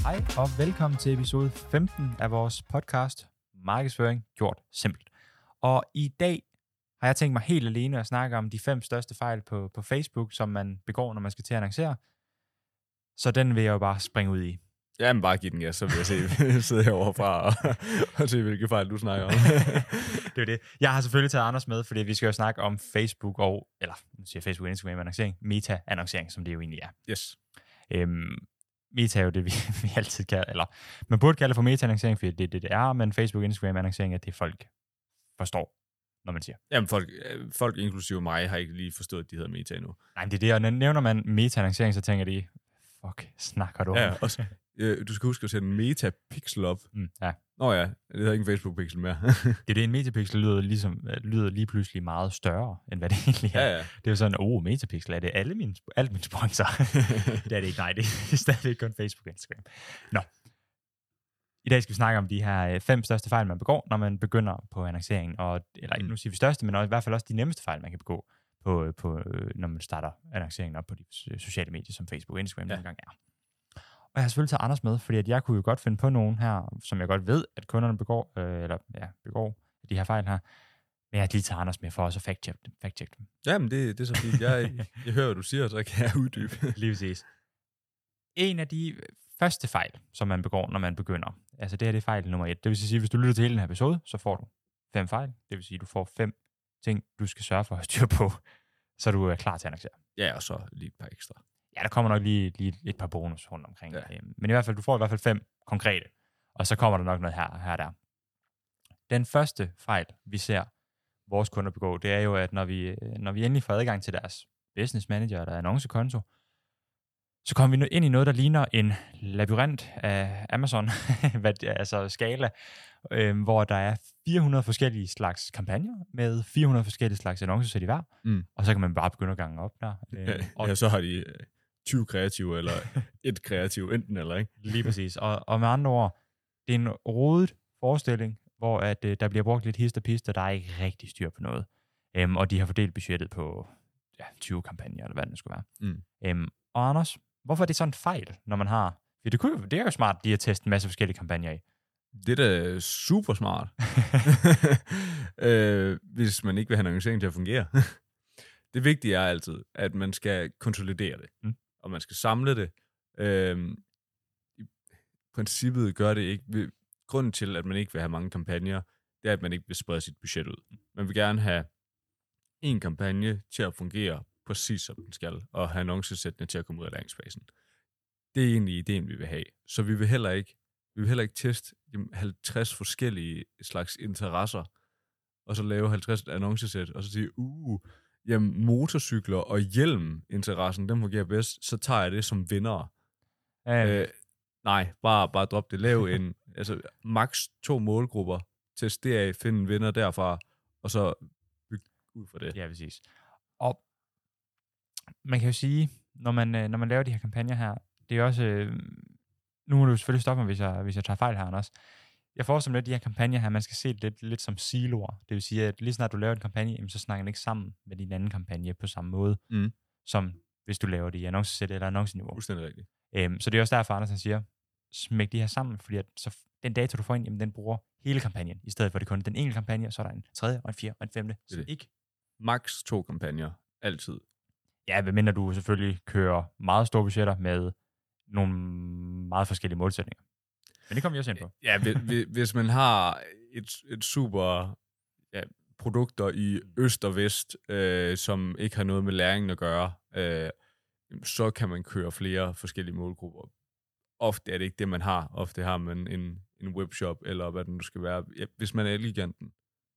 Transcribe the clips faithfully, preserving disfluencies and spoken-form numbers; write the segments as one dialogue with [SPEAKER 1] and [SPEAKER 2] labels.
[SPEAKER 1] Hej og velkommen til episode femten af vores podcast Markedsføring gjort simpelt. Og i dag har jeg tænkt mig helt alene at snakke om de fem største fejl på, på Facebook, som man begår, når man skal til at annoncere. Så den vil jeg jo bare springe ud i.
[SPEAKER 2] Jamen bare giv den gas, så vil jeg se, sidde herovre fra og, og se, hvilke fejl du snakker om.
[SPEAKER 1] Det er det. Jeg har selvfølgelig taget Anders med, fordi vi skal jo snakke om Facebook og, eller nu siger Facebook og Instagram annoncering, meta-annoncering, som det jo egentlig er.
[SPEAKER 2] Yes.
[SPEAKER 1] Øhm, meta er jo det, vi, vi altid kalder, eller man burde kalde det for meta-annoncering, fordi det er det, det er, men Facebook og Instagram annoncering er det, folk forstår, når man siger.
[SPEAKER 2] Jamen folk, folk inklusive mig har ikke lige forstået, at de hedder meta endnu.
[SPEAKER 1] Nej, det er det, og når nævner man meta-annoncering, så tænker de, fuck, snakker du om?
[SPEAKER 2] Ja, også, øh, du skal huske at sætte en metapixel op.
[SPEAKER 1] Mm, ja.
[SPEAKER 2] Nå ja, det hedder ikke en Facebook-pixel mere.
[SPEAKER 1] Det er det, en metapixel lyder, ligesom, lyder lige pludselig meget større, end hvad det egentlig er.
[SPEAKER 2] Ja, ja.
[SPEAKER 1] Det er jo sådan, oh, metapixel, er det alle mine, alle mine sponsorer? Det er det ikke, nej, det er stadigvæk kun Facebook og Instagram. Nå. I dag skal vi snakke om de her fem største fejl, man begår, når man begynder på annonceringen. Og, eller mm. nu siger vi største, men også, i hvert fald også de nemmeste fejl, man kan begå, på, på, når man starter annonceringen op på de sociale medier, som Facebook og Instagram ja. nogle gange er. Og jeg har selvfølgelig taget Anders med, fordi at jeg kunne jo godt finde på nogen her, som jeg godt ved, at kunderne begår, øh, eller ja, begår de her fejl her. Men jeg har lige taget Anders med for også at fact-check dem. Fact-check dem.
[SPEAKER 2] Jamen, det, det er så fint. Jeg, jeg hører, hvad du siger, så kan jeg uddybe.
[SPEAKER 1] Lige præcis. En af de første fejl, som man begår, når man begynder, altså det her det er fejl nummer et. Det vil sige, hvis du lytter til hele den her episode, så får du fem fejl. Det vil sige, du får fem ting, du skal sørge for at styre på, så du er klar til at annoncere.
[SPEAKER 2] Ja, og så lige et par ekstra.
[SPEAKER 1] Ja, der kommer nok lige, lige et par bonus rundt omkring. Ja. Men i hvert fald, du får i hvert fald fem konkrete, og så kommer der nok noget her, her der. Den første fejl, vi ser vores kunder begå, det er jo, at når vi, når vi endelig får adgang til deres business manager eller annoncekonto, så kommer vi ind i noget, der ligner en labyrint af Amazon, altså skala, øh, hvor der er fire hundrede forskellige slags kampagner med fire hundrede forskellige slags annoncer i hver, mm. og så kan man bare begynde at gange op der. Øh,
[SPEAKER 2] ja, og ja, så har de tyve kreative, eller et kreativ, enten eller, ikke?
[SPEAKER 1] Lige præcis. Og, og med andre ord, det er en rodet forestilling, hvor at, øh, der bliver brugt lidt hist og pist, og der er ikke rigtig styr på noget. Øhm, og de har fordelt budgettet på ja, tyve kampagner, eller hvad det skulle være. Mm. Øhm, og Anders, hvorfor er det sådan en fejl, når man har... For det, kunne, det er jo smart, lige at teste en masse forskellige kampagner i.
[SPEAKER 2] Det er da super smart. øh, hvis man ikke vil have annoncering til at fungere. Det vigtige er altid, at man skal konsolidere det. Mm. Og man skal samle det. Øh, I princippet gør det ikke... Grunden til, at man ikke vil have mange kampagner, det er, at man ikke vil sprede sit budget ud. Man vil gerne have en kampagne til at fungere præcis som den skal, og have annoncesættene til at komme ud af læringsfasen. Det er egentlig ideen, vi vil have. Så vi vil heller ikke, vi vil heller ikke teste halvtreds forskellige slags interesser, og så lave halvtreds annoncesæt, og så sige, uh, jamen motorcykler og hjelm-interessen, den fungerer bedst, så tager jeg det som vinder. Ja. Øh, nej, bare, bare drop det. Lav en, altså maks to målgrupper, test deraf, find en vinder derfra, og så bygge ud for det.
[SPEAKER 1] Ja, præcis. Og man kan jo sige, når man, når man laver de her kampagner her, det er også, nu må du selvfølgelig stoppe mig, hvis jeg, hvis jeg tager fejl her, Anders. Jeg forestiller mig lidt, de her kampagner her, man skal se det lidt, lidt som siloer. Det vil sige, at lige snart du laver en kampagne, jamen, så snakker den ikke sammen med din anden kampagne på samme måde, mm. som hvis du laver det i annoncesæt eller annonceniveau.
[SPEAKER 2] Fuldstændig rigtigt.
[SPEAKER 1] Øhm, så det er også derfor, Anders siger, smæk de her sammen, fordi at, så den data, du får ind, jamen, den bruger hele kampagnen, i stedet for det kun den enkelte kampagne, og så er der en tredje, og en fjerde, og en femte.
[SPEAKER 2] Det er det. Ikke. Max to kampagner, altid.
[SPEAKER 1] Ja, medmindre du selvfølgelig kører meget store budgetter med nogle meget forskellige målsætninger. Men det kommer vi også ind på.
[SPEAKER 2] Ja, hvis man har et, et super ja, produkter i øst og vest, øh, som ikke har noget med læringen at gøre, øh, så kan man køre flere forskellige målgrupper. Ofte er det ikke det, man har. Ofte har man en, en webshop, eller hvad det nu skal være. Ja, hvis man er Elgiganten,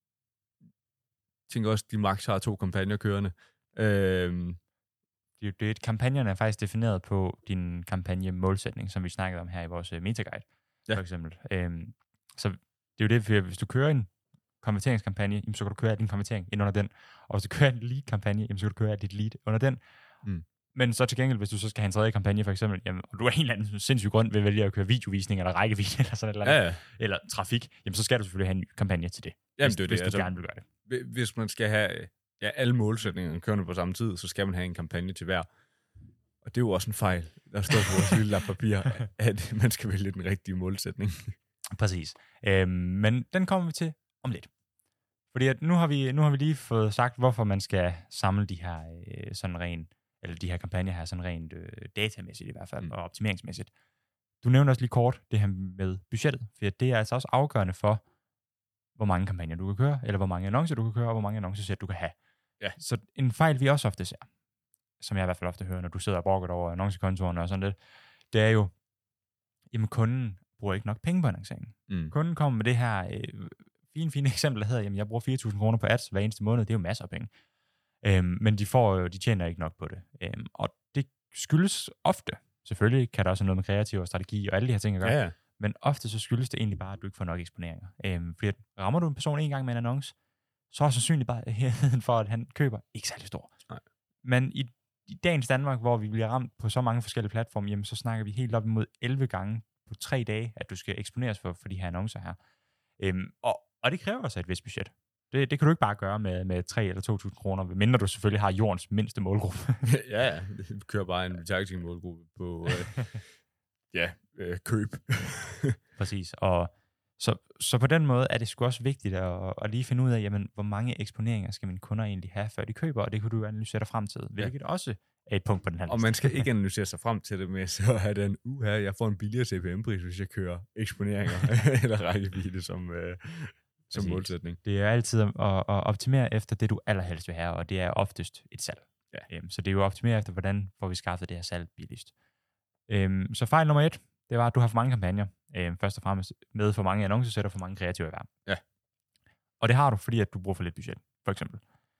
[SPEAKER 2] tænker også, at de max har to kampagner kørende. Øh,
[SPEAKER 1] Det, det, kampagnerne er faktisk defineret på din kampagne-målsætning, som vi snakkede om her i vores uh, metaguide, ja. For eksempel. Øhm, så det er jo det, for hvis du kører en konverteringskampagne, jamen, så kan du køre din konvertering ind under den. Og hvis du kører en lead-kampagne, jamen, så kan du køre dit lead under den. Mm. Men så til gengæld, hvis du så skal have en tredje kampagne, for eksempel, jamen, og du er en eller anden sindssyg grund ved at vælge at køre videovisning, eller rækkevidde, eller sådan et eller andet, ja, ja. Eller trafik, jamen, så skal du selvfølgelig have en ny kampagne til det.
[SPEAKER 2] Jamen,
[SPEAKER 1] hvis,
[SPEAKER 2] det er
[SPEAKER 1] hvis
[SPEAKER 2] det.
[SPEAKER 1] du altså, gerne vil gøre det.
[SPEAKER 2] Hvis man skal have ja, alle målsætningerne kørende på samme tid, så skal man have en kampagne til hver. Og det er jo også en fejl, der står på vores lille lap papir, at man skal vælge den rigtige målsætning.
[SPEAKER 1] Præcis. Øhm, men den kommer vi til om lidt. Fordi at nu, har vi, nu har vi lige fået sagt, hvorfor man skal samle de her øh, sådan rent, eller de her kampagner her sådan rent øh, datamæssigt i hvert fald, mm. og optimeringsmæssigt. Du nævnte også lige kort det her med budgettet, for det er altså også afgørende for, hvor mange kampagner du kan køre, eller hvor mange annoncer du kan køre, og hvor mange annoncesæt du kan have.
[SPEAKER 2] Ja.
[SPEAKER 1] Så en fejl, vi også ofte ser, som jeg i hvert fald ofte hører, når du sidder og brokker over annoncekontoren og sådan lidt, det er jo, jamen kunden bruger ikke nok penge på annonceringen. Mm. Kunden kommer med det her øh, fine, fine eksempel, der hedder, jamen jeg bruger fire tusind kroner på ads hver eneste måned, det er jo masser af penge. Øhm, men de får jo, de tjener ikke nok på det. Øhm, og det skyldes ofte, selvfølgelig kan der også have noget med kreativ og strategi og alle de her ting at gøre,
[SPEAKER 2] ja, ja.
[SPEAKER 1] Men ofte så skyldes det egentlig bare, at du ikke får nok eksponeringer. Øhm, fordi at rammer du en person en gang med en annonce, så er sandsynligt bare herheden for, at han køber ikke særlig stor.
[SPEAKER 2] Nej.
[SPEAKER 1] Men i, i dagens Danmark, hvor vi bliver ramt på så mange forskellige platforme, jamen, så snakker vi helt op imod elleve gange på tre dage, at du skal eksponeres for, for de her annoncer her. Øhm, og, og det kræver også et vist budget. Det, det kan du ikke bare gøre med, med tre eller to tusind kroner, mindre du selvfølgelig har jordens mindste målgruppe.
[SPEAKER 2] ja, ja. Vi kører bare en targeting-målgruppe på øh, ja, øh, køb.
[SPEAKER 1] Præcis. Og så, så på den måde er det sgu også vigtigt at, at lige finde ud af, jamen, hvor mange eksponeringer skal mine kunder egentlig have, før de køber, og det kan du analysere dig frem til, hvilket ja. også er et punkt på den her liste.
[SPEAKER 2] Og man skal ikke analysere sig frem til det med, så er den, uha, jeg får en billigere C P M-pris, hvis jeg kører eksponeringer eller rækkevidde som, øh, som målsætning.
[SPEAKER 1] Det er altid at, at optimere efter det, du allerhelst vil have, og det er oftest et salg.
[SPEAKER 2] Ja.
[SPEAKER 1] Um, så det er jo at optimere efter, hvordan får vi skaffet det her salg billigst. Um, så fejl nummer et, det var, at du har for mange kampagner. Um, først og fremmest med for mange annoncesæt og for mange kreative erhverv.
[SPEAKER 2] Ja.
[SPEAKER 1] Og det har du, fordi at du bruger for lidt budget, for eksempel.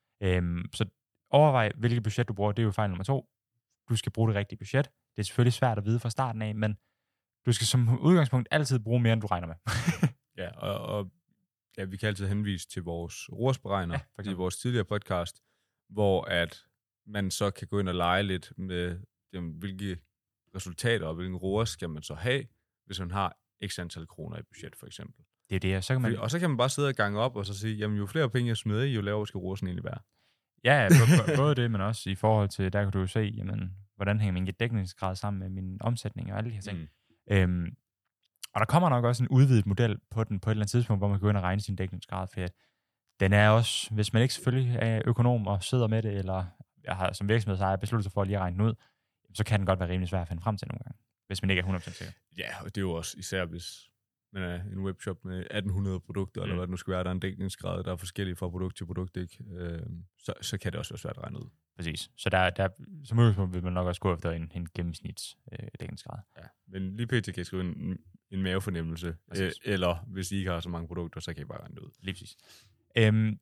[SPEAKER 1] Um, så overvej, hvilket budget du bruger. Det er jo fejl nummer to. Du skal bruge det rigtige budget. Det er selvfølgelig svært at vide fra starten af, men du skal som udgangspunkt altid bruge mere, end du regner med.
[SPEAKER 2] ja, og, og ja, vi kan altid henvise til vores R O A S-beregner ja, i vores tidligere podcast, hvor at man så kan gå ind og lege lidt med, jamen, hvilke resultater og hvilken R O A S skal man så have, hvis man har x antal kroner i budget, for eksempel.
[SPEAKER 1] Det er det, så kan man...
[SPEAKER 2] Fordi, og så kan man bare sidde og gange op og så sige, jamen jo flere penge jeg smider i, jo lavere skal R O A S'en egentlig være.
[SPEAKER 1] Ja, både det, men også i forhold til, der kan du jo se, jamen, hvordan hænger min dækningsgrad sammen med min omsætning og alle de her ting. Mm. Øhm, og der kommer nok også en udvidet model på den på et eller andet tidspunkt, hvor man kan gå ind og regne sin dækningsgrad, for den er også, hvis man ikke selvfølgelig er økonom og sidder med det, eller jeg har som virksomhed så har jeg besluttet sig for at lige at regne den ud, så kan den godt være rimelig svær at finde frem til nogle gange, hvis man ikke er hundrede procent sikker.
[SPEAKER 2] Ja, og det er jo også især, hvis man er en webshop med atten hundrede produkter, mm. eller hvad det nu skal være, der er en dækningsgrad, der er forskellige fra produkt til produkt, ikke? Øh, så, så kan det også være svært at regne ud.
[SPEAKER 1] Præcis. Så der, der, som udgangspunkt vil man nok også gå efter en, en gennemsnits øh, dækningsgrad.
[SPEAKER 2] Ja, men lige pt. Kan I skrive en, en mavefornemmelse, øh, eller hvis I ikke har så mange produkter, så kan I bare regne det ud.
[SPEAKER 1] Lige præcis. Øhm,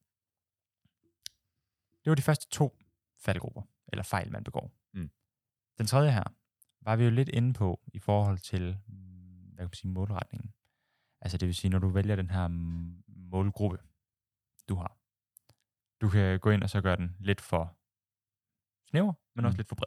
[SPEAKER 1] det var de første to faldgrupper, eller fejl, man begår. Mm. Den tredje her, var vi jo lidt inde på i forhold til, hvad kan man sige, målretningen. Altså det vil sige, når du vælger den her målgruppe, du har. Du kan gå ind og så gøre den lidt for snæver, men mm. også lidt for bred.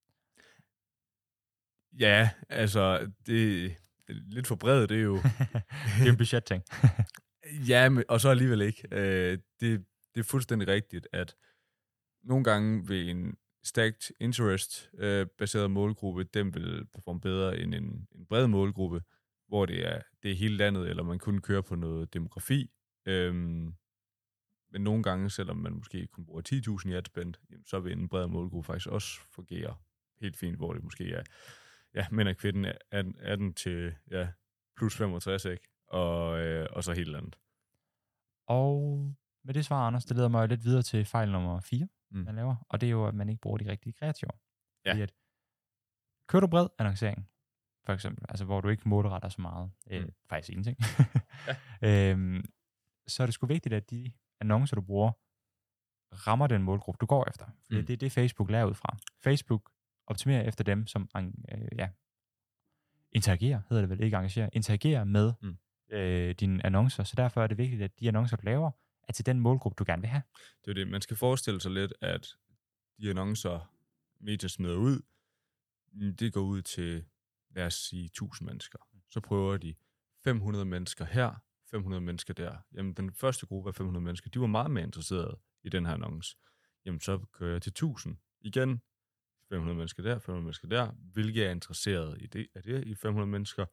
[SPEAKER 2] Ja, altså, det lidt for bred, det er jo...
[SPEAKER 1] det er en budgetting.
[SPEAKER 2] ja, men, og så alligevel ikke. Øh, det, det er fuldstændig rigtigt, at nogle gange vil en stacked interest-baseret øh, målgruppe, den vil performe bedre end en, en bred målgruppe, hvor det er, det er hele landet, eller man kun kører på noget demografi. Øhm, men nogle gange, selvom man måske kun bruger ti tusind i adspend, så vil en bred målgruppe faktisk også fungere helt fint, hvor det måske er ja, mænd og kvinden atten til ja, plus femogtres, ikke? Og, øh, og så helt landet.
[SPEAKER 1] Og med det svar, Anders, det leder mig lidt videre til fejl nummer fire, mm. man laver, og det er jo, at man ikke bruger de rigtige kreativer.
[SPEAKER 2] Ja. Fordi
[SPEAKER 1] at, kører du bred annoncering, for eksempel, altså hvor du ikke målretter så meget, øh, mm. faktisk ingenting, ja. øhm, så er det sgu vigtigt, at de annoncer, du bruger, rammer den målgruppe, du går efter. Fordi mm. det er det, Facebook lærer ud fra. Facebook optimerer efter dem, som øh, ja, interagerer, hedder det vel, ikke engagerer, interagerer med mm. øh, dine annoncer, så derfor er det vigtigt, at de annoncer, du laver, er til den målgruppe, du gerne vil have.
[SPEAKER 2] Det er det. Man skal forestille sig lidt, at de annoncer, medier smider ud, det går ud til, lad os sige, tusind mennesker. Så prøver de fem hundrede mennesker her, fem hundrede mennesker der. Jamen, den første gruppe af fem hundrede mennesker, de var meget mere interesserede i den her annonce. Jamen, så kører jeg til tusind. Igen, fem hundrede mennesker der, fem hundrede mennesker der. Hvilke er interesseret i det, er det i fem hundrede mennesker?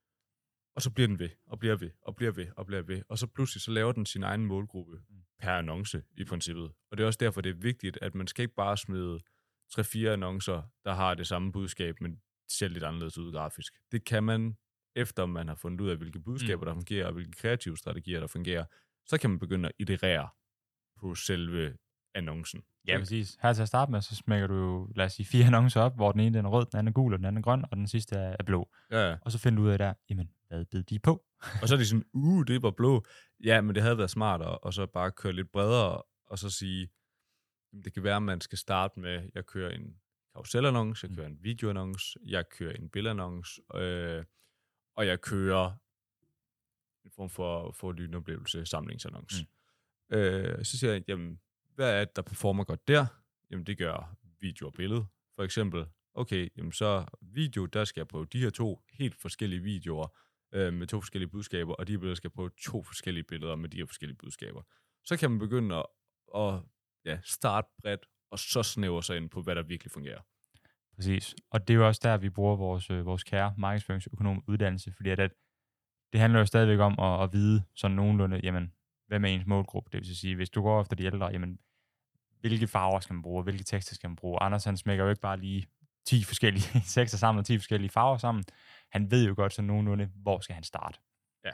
[SPEAKER 2] Og så bliver den ved, og bliver ved, og bliver ved, og bliver ved. Og så pludselig så laver den sin egen målgruppe per annonce i princippet. Og det er også derfor, det er vigtigt, at man skal ikke bare smide tre-fire annoncer, der har det samme budskab, men ser lidt anderledes ud grafisk. Det kan man, efter man har fundet ud af, hvilke budskaber, der fungerer, og hvilke kreative strategier, der fungerer, så kan man begynde at iterere på selve annoncen.
[SPEAKER 1] Ja, præcis. Her til at starte med, så smækker du jo, lad os sige, fire annoncer op, hvor den ene den er rød, den anden er gul, og den anden er grøn, og den sidste er blå.
[SPEAKER 2] Ja, ja.
[SPEAKER 1] Og så finder du ud af der, jamen, hvad bed de på?
[SPEAKER 2] Og så er de sådan, uh, det var blå. Ja, men det havde været smartere, og så bare køre lidt bredere, og så sige, det kan være, at man skal starte med, jeg kører en karuselannonce, jeg kører en videoannonce, jeg kører en billedannonce, øh, og jeg kører en form for, for lynoplevelse samlingsannonce. Mm. Øh, så siger jeg, jamen, hvad er det, der performer godt der? Jamen, det gør video og billede. For eksempel, okay, jamen så video, der skal jeg prøve de her to helt forskellige videoer øh, med to forskellige budskaber, og de billeder skal prøve to forskellige billeder med de her forskellige budskaber. Så kan man begynde at, at ja, starte bredt, og så snævre sig ind på, hvad der virkelig fungerer.
[SPEAKER 1] Præcis. Og det er jo også der, vi bruger vores, øh, vores kære markedsføringsøkonom uddannelse, fordi at, at det handler jo stadigvæk om at, at vide sådan nogenlunde, jamen, hvem er ens målgruppe? Det vil sige, hvis du går efter de ældre, jamen, hvilke farver skal man bruge, hvilke tekster skal man bruge? Anders, han smækker jo ikke bare lige ti forskellige tekster sammen og ti forskellige farver sammen. Han ved jo godt sådan nogenlunde, hvor skal han starte.
[SPEAKER 2] Ja.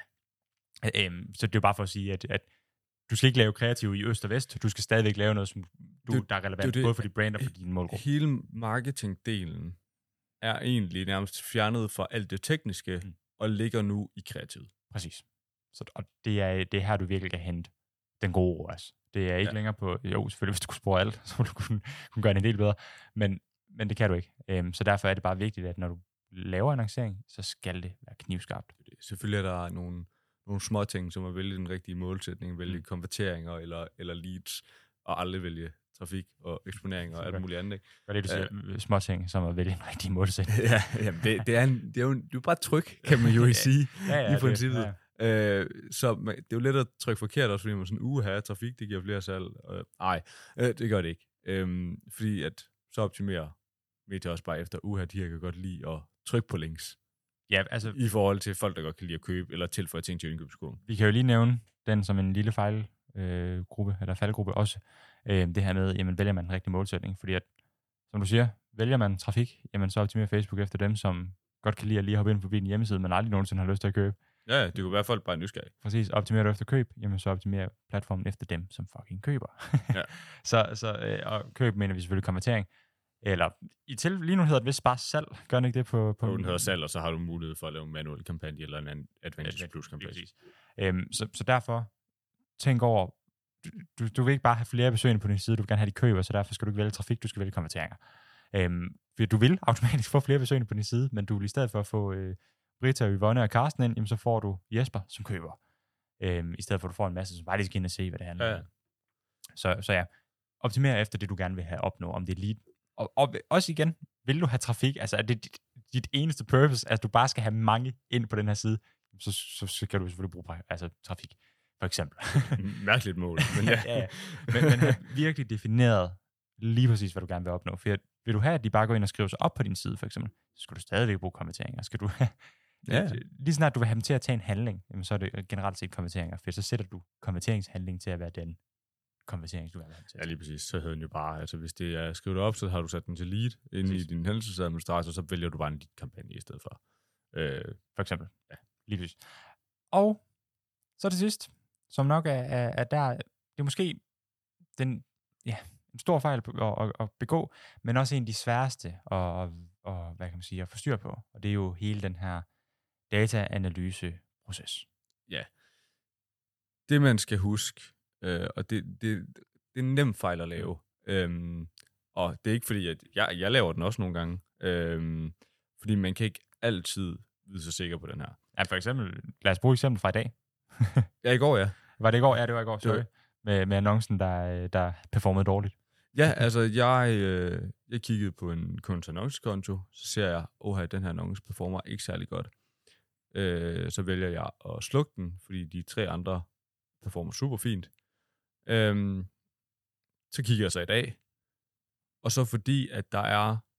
[SPEAKER 1] Øhm, så det er jo bare for at sige, at, at du skal ikke lave kreativ i øst og vest. Du skal stadigvæk lave noget, som du, det, der er relevant, det, det, både for dit brand og for din målgruppe.
[SPEAKER 2] Hele marketingdelen er egentlig nærmest fjernet fra alt det tekniske, mm. og ligger nu i kreativet.
[SPEAKER 1] Præcis. Så, og det er, det er her, du virkelig kan hente den gode ro. Altså. Det er ikke ja. længere på, jo selvfølgelig, hvis du kunne spore alt, så ville du kunne, kunne gøre det en del bedre, men, men det kan du ikke. Øhm, så derfor er det bare vigtigt, at når du laver annoncering, så skal det være knivskarpt.
[SPEAKER 2] Selvfølgelig er der nogle, nogle små ting, som at vælge den rigtige målsætning, vælge mm. konverteringer eller, eller leads, og aldrig vælge trafik og eksponering og alt muligt andet. Ikke?
[SPEAKER 1] Hvad er det, du siger? Uh, små ting, som at vælge en rigtig målsætning.
[SPEAKER 2] Ja, jamen det, det, er en, det er jo en, det er jo bare tryk, kan man jo ja, sige, ja, ja, i princippet. Det, ja. øh, så det er jo let at trykke forkert også, fordi man sådan, uha, trafik, det giver flere salg. Øh, ej, øh, det gør det ikke. Øh, fordi at så optimerer medier også bare efter, uha, de her kan godt lide at trykke på links.
[SPEAKER 1] Ja, altså,
[SPEAKER 2] i forhold til folk, der godt kan lide at købe, eller tilføje ting til indkøbskurven.
[SPEAKER 1] Vi kan jo lige nævne den som en lille fejlgruppe, øh, eller faldgruppe også. Øh, det her med, jamen vælger man en rigtig målsætning, fordi at, som du siger, vælger man trafik, jamen så optimerer Facebook efter dem, som godt kan lide at lige hoppe ind forbi en hjemmeside, men aldrig nogensinde har lyst til at købe.
[SPEAKER 2] Ja, det kunne være folk bare nysgerrige.
[SPEAKER 1] Præcis, optimerer du efter køb, jamen så optimerer platformen efter dem, som fucking køber.
[SPEAKER 2] Ja.
[SPEAKER 1] så, så, øh, og køb mener vi selvfølgelig konvertering. Eller i til, lige nu hedder det vist bare salg. Gør den ikke det på... på
[SPEAKER 2] den hedder salg, og så har du mulighed for at lave en manuel kampagne eller en anden Advantage Plus kampagne.
[SPEAKER 1] Øhm, så, så derfor, tænk over, du, du, du vil ikke bare have flere besøgende på din side, du vil gerne have de køber, så derfor skal du ikke vælge trafik, du skal vælge konverteringer. Øhm, for du vil automatisk få flere besøgende på din side, men du vil i stedet for at få øh, Britta, Yvonne og Karsten ind, jamen, så får du Jesper som køber. Øhm, I stedet for at du får en masse, som bare lige skal ind og se, hvad det handler om. Ja. Så, så ja, optimer efter det, du gerne vil have opnå, om det er lead. Og, og også igen, vil du have trafik, altså er det dit, dit eneste purpose, at du bare skal have mange ind på den her side, så, så, så kan du selvfølgelig bruge altså, trafik, for eksempel.
[SPEAKER 2] Mærkeligt mål. Men ja.
[SPEAKER 1] ja, ja. Men, men have virkelig defineret lige præcis, hvad du gerne vil opnå. For vil du have, at de bare går ind og skriver sig op på din side, for eksempel, så skal du stadigvæk bruge konverteringer. Skal du have, ja. Lige snart du vil have dem til at tage en handling, jamen, så er det generelt set konverteringer, for så sætter du konverteringshandling til at være den konvertering, du vil have til.
[SPEAKER 2] Ja, lige præcis. Så hedder den jo bare, altså hvis det er skrevet op, så har du sat den til lead inde præcis. I din hændelsesadministrator, så vælger du bare en lead-kampagne i stedet for. Øh,
[SPEAKER 1] for eksempel. Ja, lige præcis. Og så til sidst, som nok er, er, er der, det er måske den, ja, en stor fejl at, at, at begå, men også en af de sværeste at, at, hvad kan man sige, at få styr på. Og det er jo hele den her data-analyse-proces.
[SPEAKER 2] Ja. Det man skal huske, øh, og det, det, det er en nem fejl at lave. Øhm, og det er ikke fordi, at jeg, jeg laver den også nogle gange. Øhm, fordi man kan ikke altid vide sig sikker på den her.
[SPEAKER 1] Ja, for eksempel, lad os bruge et eksempel fra i dag.
[SPEAKER 2] Ja, i går, ja.
[SPEAKER 1] Var det i går? Ja, det var i går, sorry. Med, med annoncen, der, der performede dårligt.
[SPEAKER 2] Ja, altså, jeg, øh, jeg kiggede på en kundes annoncekonto, så ser jeg, åh, den her annonce performer ikke særlig godt. Øh, så vælger jeg at slukke den, fordi de tre andre performer super fint. Øh, så kigger jeg så i dag, og så fordi, at der er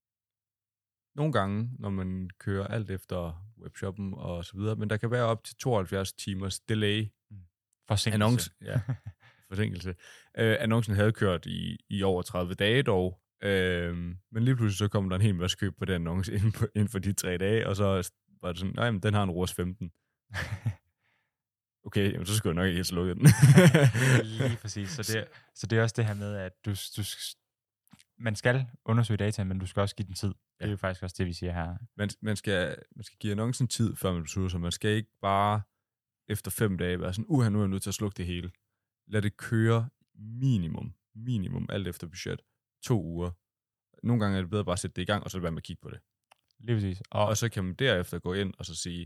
[SPEAKER 2] nogle gange, når man kører alt efter webshoppen og så videre, men der kan være op til tooghalvfjerds timers delay.
[SPEAKER 1] Forsinkelse.
[SPEAKER 2] Annonce, ja, forsinkelse. Øh, annoncen havde kørt i, i over tredive dage dog, øh, men lige pludselig så kom der en hel masse køb på den annonce inden, på, inden for de tre dage, og så var det sådan, nej, men den har en R O S femten. Okay, jamen, så skulle jeg nok ikke helt slukke den.
[SPEAKER 1] Lige præcis. Så det, så det er også det her med, at du, du, man skal undersøge data, men du skal også give den tid. Det er jo faktisk også det, vi siger her.
[SPEAKER 2] Man, man, skal, man skal give annoncen tid, før man beslutter sig. Man skal ikke bare efter fem dage være sådan, uha, nu er jeg nødt til at slukke det hele. Lad det køre minimum, minimum, alt efter budget, to uger. Nogle gange er det bedre bare at sætte det i gang, og så være med at kigge på det.
[SPEAKER 1] Lige præcis.
[SPEAKER 2] Og, og så kan man derefter gå ind og så sige,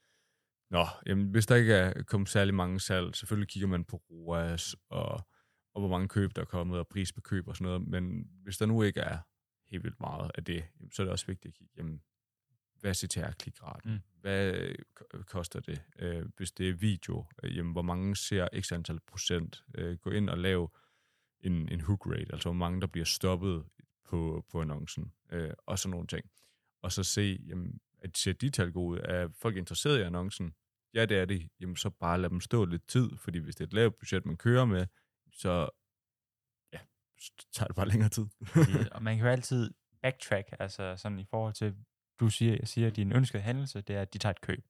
[SPEAKER 2] nå, jamen, hvis der ikke er kommet særlig mange salg, selvfølgelig kigger man på R O A S, og, og hvor mange køb, der er kommet, og pris på køb og sådan noget, men hvis der nu ikke er helt vildt meget af det, så er det også vigtigt at kigge, jamen, hvad er C T R-klikraten? Mm. Hvad koster det? Øh, hvis det er video, øh, jamen, hvor mange ser x antal procent? Øh, gå ind og lave en, en hook rate, altså hvor mange, der bliver stoppet på, på annoncen, øh, og sådan nogle ting. Og så se, jamen, at ser de tal gode ud? Er folk interesseret i annoncen? Ja, det er det. Jamen, så bare lad dem stå lidt tid, fordi hvis det er et lavt budget, man kører med, så, ja, så tager det bare længere tid.
[SPEAKER 1] Og man kan jo altid backtrack, altså sådan i forhold til, du siger, jeg siger, at din ønskede hændelse, det er, at de tager et køb.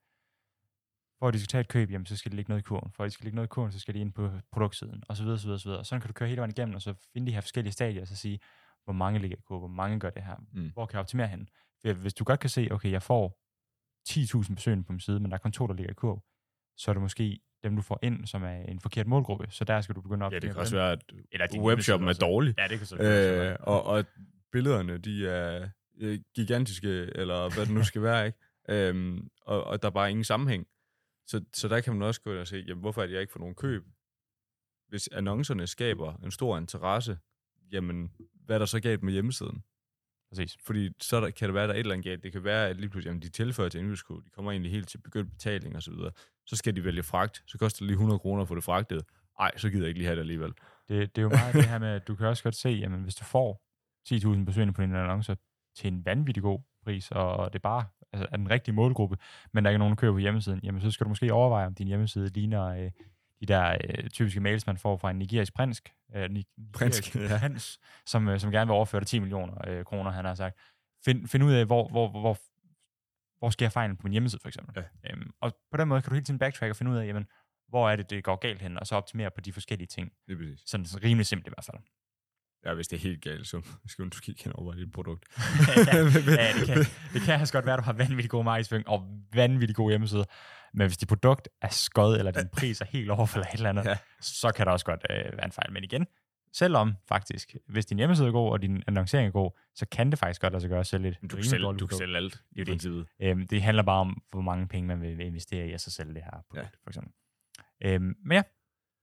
[SPEAKER 1] For at de skal tage et køb, jamen, så skal de lægge noget i kurven. For at de skal lægge noget i kurven, så skal de ind på produktsiden, og så videre, så videre, så videre. Og sådan kan du køre hele vejen igennem, og så finde de her forskellige stadier, og så sige, hvor mange ligger i kurven, hvor mange gør det her, mm. hvor kan jeg optimere hen. For hvis du godt kan se, okay, jeg får ti tusind besøgende på min side, men der er kun to, der ligger i kurv, så er det måske dem, du får ind, som er en forkert målgruppe, så der skal du begynde at optimere.
[SPEAKER 2] Ja, det kan også være, at
[SPEAKER 1] Eller
[SPEAKER 2] webshoppen er dårlig.
[SPEAKER 1] Ja, det kan så være.
[SPEAKER 2] Øh, og, og billederne, de er gigantiske, eller hvad det nu skal være, ikke? Øhm, og, og der er bare ingen sammenhæng. Så, så der kan man også gå ind og se, jamen, hvorfor er det, jeg ikke får nogen køb? Hvis annoncerne skaber en stor interesse, jamen, hvad er der så galt med hjemmesiden?
[SPEAKER 1] Præcis.
[SPEAKER 2] Fordi så der, kan det være, at der er et eller andet galt. Det kan være, at lige pludselig, jamen, de tilføjer til indkøbskode, de kommer egentlig helt til begyndt betaling og så videre. Så skal de vælge fragt, så koster det lige hundrede kroner at få det fragtet. Ej, så gider jeg ikke lige have det alligevel.
[SPEAKER 1] Det, det er jo meget det her med, at du kan også godt se, jamen, hvis du får ti tusind besøgende på dine annoncer til en vanvittig god pris, og det er bare altså, er den rigtige målgruppe, men der er ikke nogen, der køber på hjemmesiden, jamen så skal du måske overveje, om din hjemmeside ligner øh, de der øh, typiske mails, man får fra en nigerisk prinsk, øh, nigerisk
[SPEAKER 2] ja.
[SPEAKER 1] prins, som, øh, som gerne vil overføre dig ti millioner øh, kroner, han har sagt. Find, find ud af, hvor, hvor, hvor, hvor sker fejlen på min hjemmeside, for eksempel. Ja. Øhm, og på den måde kan du hele tiden backtrack og finde ud af, jamen, hvor er det, det går galt hen, og så optimere på de forskellige ting.
[SPEAKER 2] Det er præcis.
[SPEAKER 1] Sådan, sådan rimelig simpelt i hvert fald.
[SPEAKER 2] Ja, hvis det er helt galt, så skal du måske kende over dit produkt.
[SPEAKER 1] ja, ja, det kan, det kan også godt være, at du har vanvittig god markedsføring og vanvittig god hjemmeside. Men hvis dit produkt er skød, eller din pris er helt over eller et eller andet, ja. Så kan der også godt øh, være en fejl. Men igen, selvom faktisk, hvis din hjemmeside er god, og din annoncering er god, så kan det faktisk godt lade sig gøre at sælge lidt.
[SPEAKER 2] Du kan sælge, du kan sælge alt i princippet.
[SPEAKER 1] Øhm, det handler bare om, hvor mange penge man vil investere i at så sælge det her produkt, ja. For eksempel. Øhm, men ja,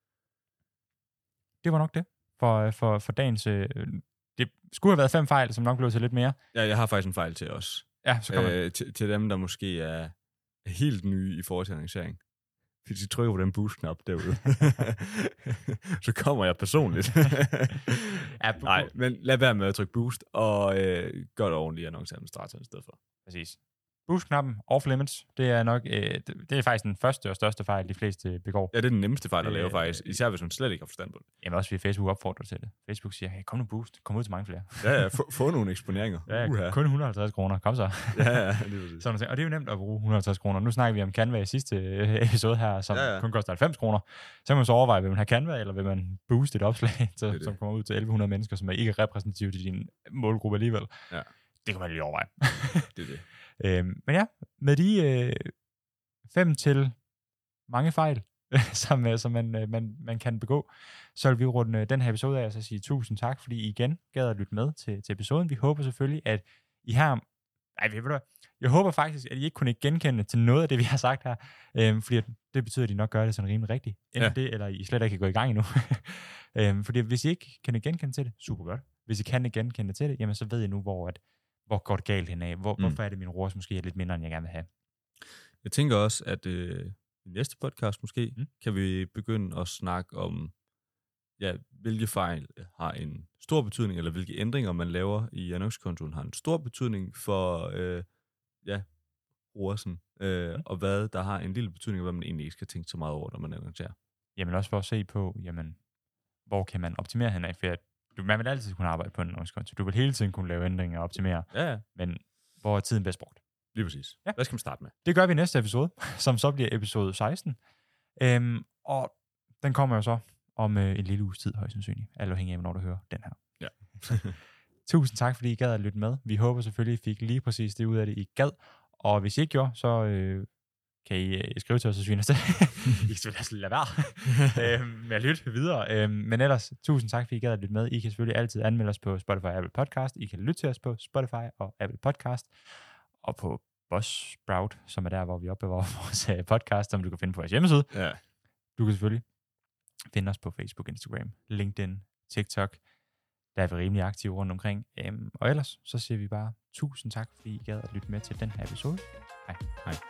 [SPEAKER 1] det var nok det. For, for, for dagens... Øh, det skulle have været fem fejl, som nok blev til lidt mere.
[SPEAKER 2] Ja, jeg har faktisk en fejl til os.
[SPEAKER 1] Ja, så kommer
[SPEAKER 2] øh, til, til dem, der måske er helt nye i forhold til annoncering. Hvis I trykker på den boost-knap derude, så kommer jeg personligt.
[SPEAKER 1] ja,
[SPEAKER 2] Nej, men lad være med at trykke boost, og øh, gør det ordentligt annonceadministrator i stedet for.
[SPEAKER 1] Præcis. Boost-knappen, off limits, det er nok, øh, det, det er faktisk den første og største fejl, de fleste begår.
[SPEAKER 2] Ja, det er den nemmeste fejl at lave faktisk, især hvis man slet ikke har forstand på det.
[SPEAKER 1] Jamen også, fordi Facebook opfordrer til det. Facebook siger, hey, kom nu boost, kom ud til mange flere.
[SPEAKER 2] ja, ja, få, få nogle eksponeringer.
[SPEAKER 1] Ja, uh-huh. Kun et hundrede og halvtreds kroner, kom så.
[SPEAKER 2] ja, ja, det er
[SPEAKER 1] Sådan, og det er jo nemt at bruge et hundrede og halvtreds kroner. Nu snakker vi om Canva i sidste episode her, som ja, ja. kun koster halvfems kroner. Så kan man så overveje, vil man have Canva, eller vil man booste et opslag, så, det det. som kommer ud til elleve hundrede mennesker, som er ikke repræsentative til din målgruppe alligevel. Ja. Det kan man lige overveje.
[SPEAKER 2] det er det.
[SPEAKER 1] Øhm, men ja, med de øh, fem til mange fejl, som, øh, som man, øh, man, man kan begå, så vil vi runde den her episode af og så sige tusind tak, fordi I igen gad at lytte med til, til episoden. Vi håber selvfølgelig, at I har... Ej, ved du, jeg håber faktisk, at I ikke kunne genkende til noget af det, vi har sagt her, øhm, fordi det betyder, at I nok gør det sådan rimelig rigtigt. Enten ja. det, eller I slet ikke kan gå i gang endnu. øhm, fordi hvis I ikke kan genkende til det, super godt. Hvis I kan genkende til det, jamen så ved I nu, hvor at hvor går det galt henad? Hvor, mm. Hvorfor er det, min R O S måske er lidt mindre, end jeg gerne vil have?
[SPEAKER 2] Jeg tænker også, at øh, i næste podcast måske, mm. kan vi begynde at snakke om ja, hvilke fejl har en stor betydning, eller hvilke ændringer, man laver i annoncekontoen, har en stor betydning for øh, ja, brugeren, øh, mm. og hvad der har en lille betydning, og hvad man egentlig ikke skal tænke så meget over, når man annoncerer.
[SPEAKER 1] Jamen også for at se på, jamen, hvor kan man optimere henad, for at du, man vil altid kunne arbejde på en annoncekonto. Du vil hele tiden kunne lave ændringer og optimere,
[SPEAKER 2] ja, ja.
[SPEAKER 1] Men hvor er tiden bedst brugt?
[SPEAKER 2] Lige præcis. Ja. Hvad skal man starte med?
[SPEAKER 1] Det gør vi i næste episode, som så bliver episode seksten. Øhm, og den kommer jo så om øh, en lille uges tid, højst sandsynligt. Alt afhængig af, hvornår du hører den her.
[SPEAKER 2] Ja.
[SPEAKER 1] Tusind tak, fordi I gad at lytte med. Vi håber selvfølgelig, I fik lige præcis det ud af det, I gad. Og hvis I ikke gjorde, så øh, kan I øh, skrive til os og syne os til. I kan selvfølgelig også lade være øh, med at lytte videre. Øh, men ellers, tusind tak, fordi I gad at lytte med. I kan selvfølgelig altid anmelde os på Spotify og Apple Podcast. I kan lytte til os på Spotify og Apple Podcast. Og på Buzzsprout, som er der, hvor vi opbevarer vores podcast, som du kan finde på vores hjemmeside.
[SPEAKER 2] Ja.
[SPEAKER 1] Du kan selvfølgelig finde os på Facebook, Instagram, LinkedIn, TikTok. Der er vi rimelig aktive rundt omkring. Um, og ellers, så siger vi bare tusind tak, fordi I gad at lytte med til den her episode. Hej.
[SPEAKER 2] Hej.